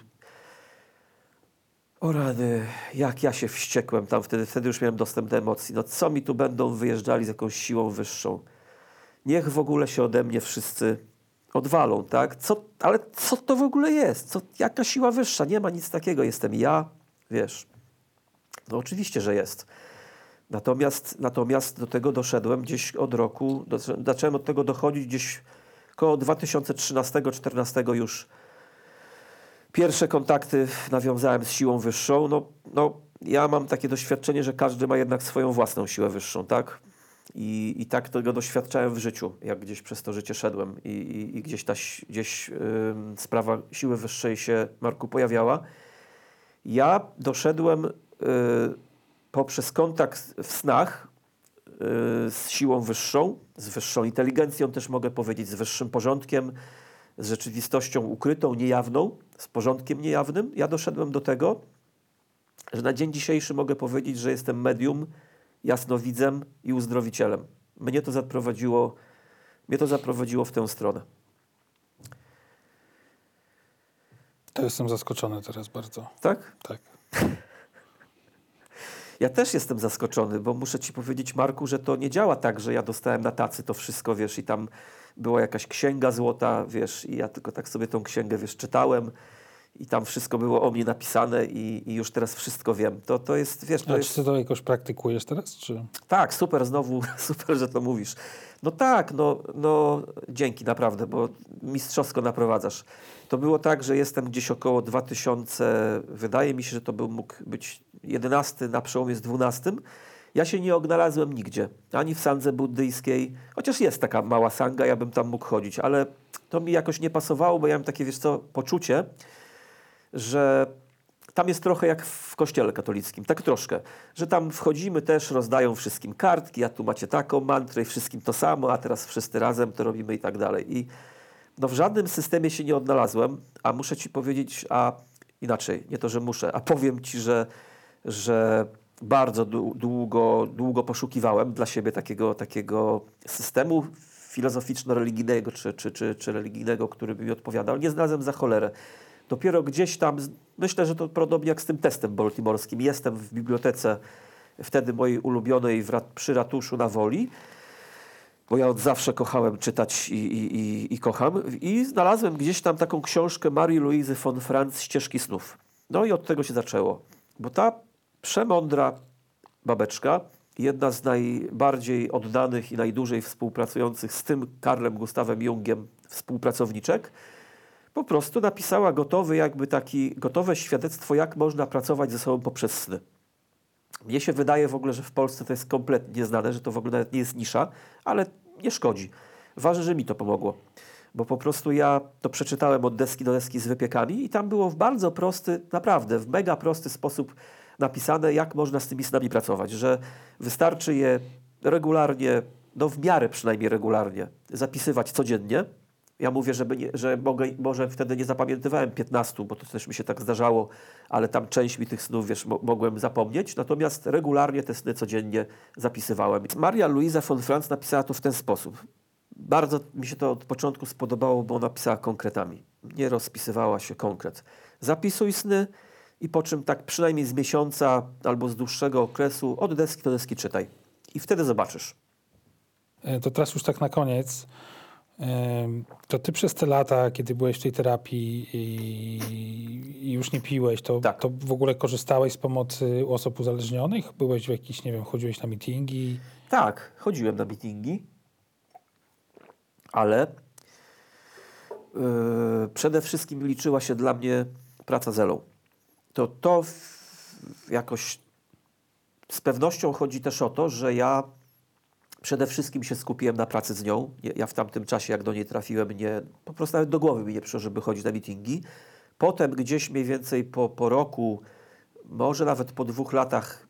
O rany, jak ja się wściekłem tam wtedy, wtedy już miałem dostęp do emocji. No co mi tu będą wyjeżdżali z jakąś siłą wyższą? Niech w ogóle się ode mnie wszyscy odwalą, tak? Co, ale co to w ogóle jest? Co, jaka siła wyższa? Nie ma nic takiego. Jestem ja, wiesz. No oczywiście, że jest. Natomiast, natomiast do tego doszedłem gdzieś od roku, do, zacząłem od tego dochodzić gdzieś koło dwa tysiące trzynastego czternastego już. Pierwsze kontakty nawiązałem z siłą wyższą. No, no, ja mam takie doświadczenie, że każdy ma jednak swoją własną siłę wyższą, tak? I, i tak tego doświadczałem w życiu, jak gdzieś przez to życie szedłem i, i, i gdzieś ta gdzieś, yy, sprawa siły wyższej się, Marku, pojawiała. Ja doszedłem yy, poprzez kontakt w snach yy, z siłą wyższą, z wyższą inteligencją też mogę powiedzieć, z wyższym porządkiem, z rzeczywistością ukrytą, niejawną, z porządkiem niejawnym. Ja doszedłem do tego, że na dzień dzisiejszy mogę powiedzieć, że jestem medium, jasnowidzem i uzdrowicielem. Mnie to zaprowadziło, mnie to zaprowadziło w tę stronę. To jestem zaskoczony teraz bardzo. Tak? Tak. Ja też jestem zaskoczony, bo muszę ci powiedzieć, Marku, że to nie działa tak, że ja dostałem na tacy to wszystko, wiesz, i tam była jakaś księga złota, wiesz, i ja tylko tak sobie tą księgę, wiesz, czytałem i tam wszystko było o mnie napisane i, i już teraz wszystko wiem. To, to jest, wiesz, to A jest... czy ty to jakoś praktykujesz teraz, czy... Tak, super, znowu, super, że to mówisz. No tak, no, no dzięki, naprawdę, bo mistrzowsko naprowadzasz. To było tak, że jestem gdzieś około dwa tysiące, wydaje mi się, że to był, mógł być jedenasty na przełomie z dwunastym. Ja się nie odnalazłem nigdzie, ani w sandze buddyjskiej, chociaż jest taka mała sanga, ja bym tam mógł chodzić, ale to mi jakoś nie pasowało, bo ja mam takie, wiesz co, poczucie, że tam jest trochę jak w kościele katolickim, tak troszkę, że tam wchodzimy też, rozdają wszystkim kartki, a tu macie taką mantrę i wszystkim to samo, a teraz wszyscy razem to robimy i tak dalej. I no w żadnym systemie się nie odnalazłem, a muszę ci powiedzieć, a inaczej, nie to, że muszę, a powiem ci, że, że bardzo długo, długo poszukiwałem dla siebie takiego, takiego systemu filozoficzno-religijnego czy, czy, czy, czy religijnego, który by mi odpowiadał. Nie znalazłem za cholerę. Dopiero gdzieś tam, myślę, że to podobnie jak z tym testem baltimorskim. Jestem w bibliotece wtedy mojej ulubionej w rat, przy ratuszu na Woli, bo ja od zawsze kochałem czytać i, i, i, i kocham. I znalazłem gdzieś tam taką książkę Marii Louise von Franz Ścieżki snów. No i od tego się zaczęło. Bo ta przemądra babeczka, jedna z najbardziej oddanych i najdłużej współpracujących z tym Karlem Gustawem Jungiem współpracowniczek, po prostu napisała gotowy jakby taki, gotowe świadectwo, jak można pracować ze sobą poprzez sny. Mnie się wydaje w ogóle, że w Polsce to jest kompletnie nieznane, że to w ogóle nawet nie jest nisza, ale nie szkodzi. Ważne, że mi to pomogło. Bo po prostu ja to przeczytałem od deski do deski z wypiekami i tam było w bardzo prosty, naprawdę w mega prosty sposób napisane, jak można z tymi snami pracować. Że wystarczy je regularnie, no w miarę przynajmniej regularnie, zapisywać codziennie. Ja mówię, żeby nie, że mogę, może wtedy nie zapamiętywałem piętnastu, bo to też mi się tak zdarzało, ale tam część mi tych snów, wiesz, mo- mogłem zapomnieć. Natomiast regularnie te sny codziennie zapisywałem. Maria Louise von Franz napisała to w ten sposób. Bardzo mi się to od początku spodobało, bo ona pisała konkretami. Nie rozpisywała się konkret. Zapisuj sny i po czym tak przynajmniej z miesiąca albo z dłuższego okresu od deski do deski czytaj. I wtedy zobaczysz. To teraz już tak na koniec. To ty przez te lata, kiedy byłeś w tej terapii i, i już nie piłeś, to, Tak. to w ogóle korzystałeś z pomocy u osób uzależnionych? Byłeś w jakiś, nie wiem, chodziłeś na meetingi? Tak, chodziłem na meetingi, ale yy, przede wszystkim liczyła się dla mnie praca z Elą. To, to w, jakoś z pewnością chodzi też o to, że ja przede wszystkim się skupiłem na pracy z nią. Ja w tamtym czasie, jak do niej trafiłem, nie, po prostu nawet do głowy mi nie przyszło, żeby chodzić na meetingi. Potem gdzieś mniej więcej po, po roku, może nawet po dwóch latach,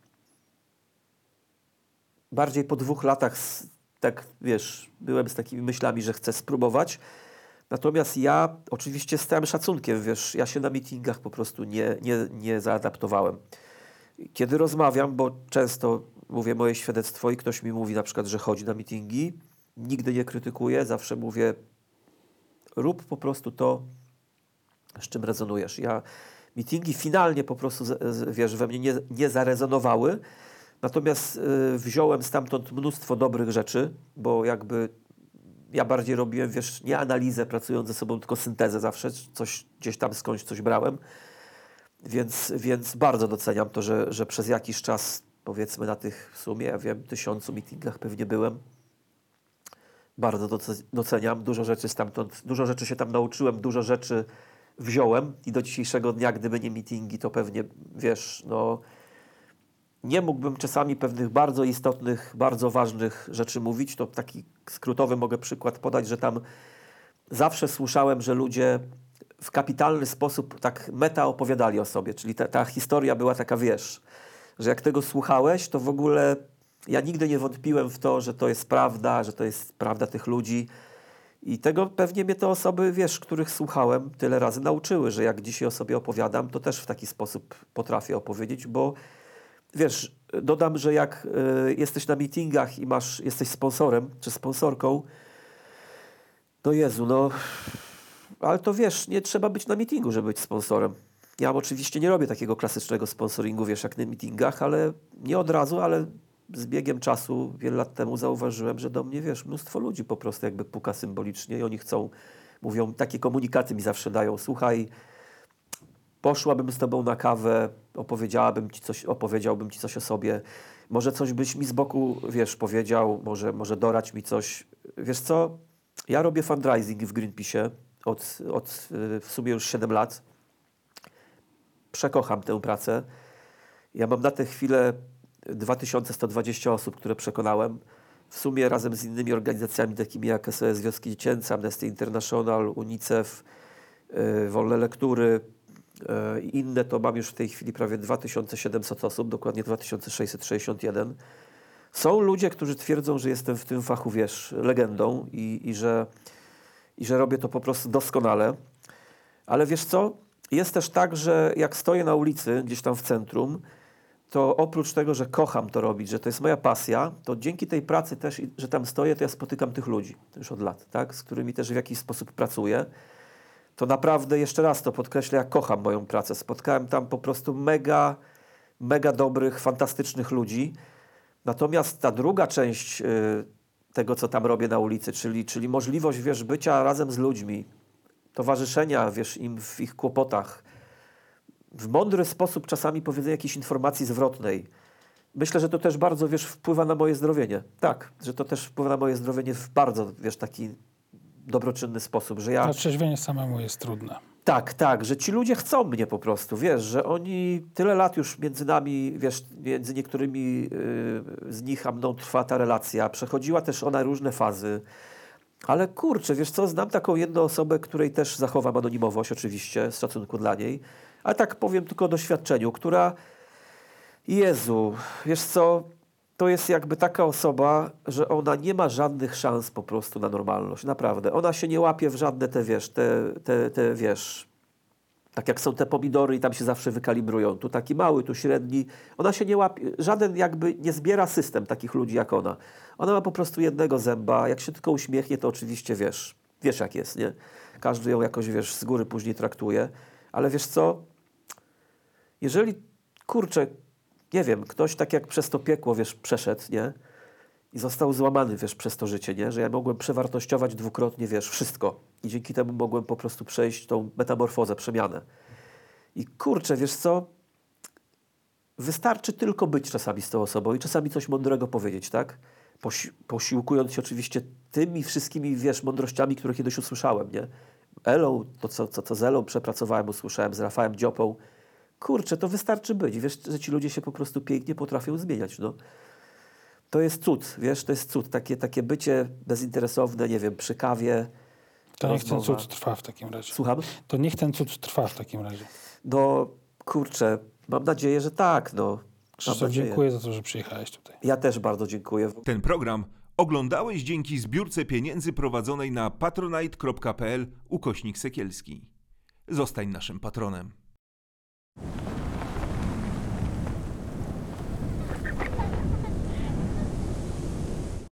bardziej po dwóch latach, tak wiesz, byłem z takimi myślami, że chcę spróbować. Natomiast ja oczywiście z całym szacunkiem, wiesz, ja się na meetingach po prostu nie, nie, nie zaadaptowałem. Kiedy rozmawiam, bo często mówię moje świadectwo i ktoś mi mówi na przykład, że chodzi na mitingi, nigdy nie krytykuję, zawsze mówię, rób po prostu to, z czym rezonujesz. Ja mitingi finalnie po prostu, wiesz, we mnie nie, nie zarezonowały, natomiast y, wziąłem stamtąd mnóstwo dobrych rzeczy, bo jakby ja bardziej robiłem, wiesz, nie analizę pracując ze sobą, tylko syntezę zawsze, coś gdzieś tam skądś coś brałem, więc, więc bardzo doceniam to, że, że przez jakiś czas, powiedzmy na tych w sumie, ja wiem, tysiącu mitingach pewnie byłem. Bardzo doceniam, dużo rzeczy stamtąd, dużo rzeczy się tam nauczyłem, dużo rzeczy wziąłem i do dzisiejszego dnia, gdyby nie mitingi, to pewnie, wiesz, no nie mógłbym czasami pewnych bardzo istotnych, bardzo ważnych rzeczy mówić. To taki skrótowy mogę przykład podać, że tam zawsze słyszałem, że ludzie w kapitalny sposób tak meta opowiadali o sobie, czyli ta, ta historia była taka, wiesz, że jak tego słuchałeś, to w ogóle ja nigdy nie wątpiłem w to, że to jest prawda, że to jest prawda tych ludzi. I tego pewnie mnie te osoby, wiesz, których słuchałem tyle razy nauczyły, że jak dzisiaj o sobie opowiadam, to też w taki sposób potrafię opowiedzieć, bo wiesz, dodam, że jak y, jesteś na meetingach i masz, jesteś sponsorem czy sponsorką, no Jezu, no, ale to wiesz, nie trzeba być na meetingu, żeby być sponsorem. Ja oczywiście nie robię takiego klasycznego sponsoringu, wiesz, jak na meetingach, ale nie od razu, ale z biegiem czasu, wiele lat temu zauważyłem, że do mnie, wiesz, mnóstwo ludzi po prostu jakby puka symbolicznie i oni chcą, mówią, takie komunikaty mi zawsze dają. Słuchaj, poszłabym z tobą na kawę, opowiedziałabym ci coś, opowiedziałbym ci coś o sobie. Może coś byś mi z boku, wiesz, powiedział, może, może dorać mi coś. Wiesz co, ja robię fundraising w Greenpeace'ie od, od w sumie już siedem lat. Przekocham tę pracę. Ja mam na tę chwilę dwa tysiące sto dwadzieścia osób, które przekonałem. W sumie razem z innymi organizacjami takimi jak S O S Wioski Dziecięce, Amnesty International, UNICEF, yy, Wolne Lektury i yy, inne, to mam już w tej chwili prawie dwa tysiące siedemset osób, dokładnie dwa tysiące sześćset sześćdziesiąt jeden. Są ludzie, którzy twierdzą, że jestem w tym fachu, wiesz, legendą i, i, że, i że robię to po prostu doskonale. Ale wiesz co? Jest też tak, że jak stoję na ulicy, gdzieś tam w centrum, to oprócz tego, że kocham to robić, że to jest moja pasja, to dzięki tej pracy też, że tam stoję, to ja spotykam tych ludzi już od lat, tak? Z którymi też w jakiś sposób pracuję. To naprawdę, jeszcze raz to podkreślę, ja kocham moją pracę. Spotkałem tam po prostu mega, mega dobrych, fantastycznych ludzi. Natomiast ta druga część y, tego, co tam robię na ulicy, czyli, czyli możliwość, wiesz, bycia razem z ludźmi, towarzyszenia, wiesz, im w ich kłopotach, w mądry sposób czasami powiedzenia jakiejś informacji zwrotnej. Myślę, że to też bardzo, wiesz, wpływa na moje zdrowienie. Tak, że to też wpływa na moje zdrowienie w bardzo, wiesz, taki dobroczynny sposób, że ja... Otrzeźwienie samemu jest trudne. Tak, tak, że ci ludzie chcą mnie po prostu, wiesz, że oni tyle lat już między nami, wiesz, między niektórymi yy, z nich a mną trwa ta relacja. Przechodziła też ona różne fazy. Ale kurczę, wiesz co, znam taką jedną osobę, której też zachowam anonimowość oczywiście, z szacunku dla niej, ale tak powiem tylko o doświadczeniu, która, Jezu, wiesz co, to jest jakby taka osoba, że ona nie ma żadnych szans po prostu na normalność, naprawdę. Ona się nie łapie w żadne te, wiesz, te, te, te wiesz, tak jak są te pomidory i tam się zawsze wykalibrują, tu taki mały, tu średni. Ona się nie łapie, żaden jakby nie zbiera system takich ludzi jak ona. Ona ma po prostu jednego zęba, jak się tylko uśmiechnie, to oczywiście wiesz, wiesz jak jest, nie? Każdy ją jakoś, wiesz, z góry później traktuje, ale wiesz co, jeżeli, kurczę, nie wiem, ktoś tak jak przez to piekło, wiesz, przeszedł, nie? I został złamany, wiesz, przez to życie, nie? Że ja mogłem przewartościować dwukrotnie, wiesz, wszystko. I dzięki temu mogłem po prostu przejść tą metamorfozę, przemianę. I kurczę, wiesz co? Wystarczy tylko być czasami z tą osobą i czasami coś mądrego powiedzieć, tak? Posi- posiłkując się oczywiście tymi wszystkimi, wiesz, mądrościami, które kiedyś usłyszałem, nie? Elą, to co, co, co z Elą przepracowałem, usłyszałem, z Rafałem Dziopą. Kurczę, to wystarczy być. Wiesz, że ci ludzie się po prostu pięknie potrafią zmieniać, no. To jest cud, wiesz, to jest cud. Takie, takie bycie bezinteresowne, nie wiem, przy kawie. To niech ten rozmowa. cud trwa w takim razie. Słucham? To niech ten cud trwa w takim razie. No, kurczę, mam nadzieję, że tak, no. Mam Krzysztof, nadzieję. dziękuję za to, że przyjechałeś tutaj. Ja też bardzo dziękuję. Ten program oglądałeś dzięki zbiórce pieniędzy prowadzonej na patronite.pl ukośnik Sekielski. Zostań naszym patronem.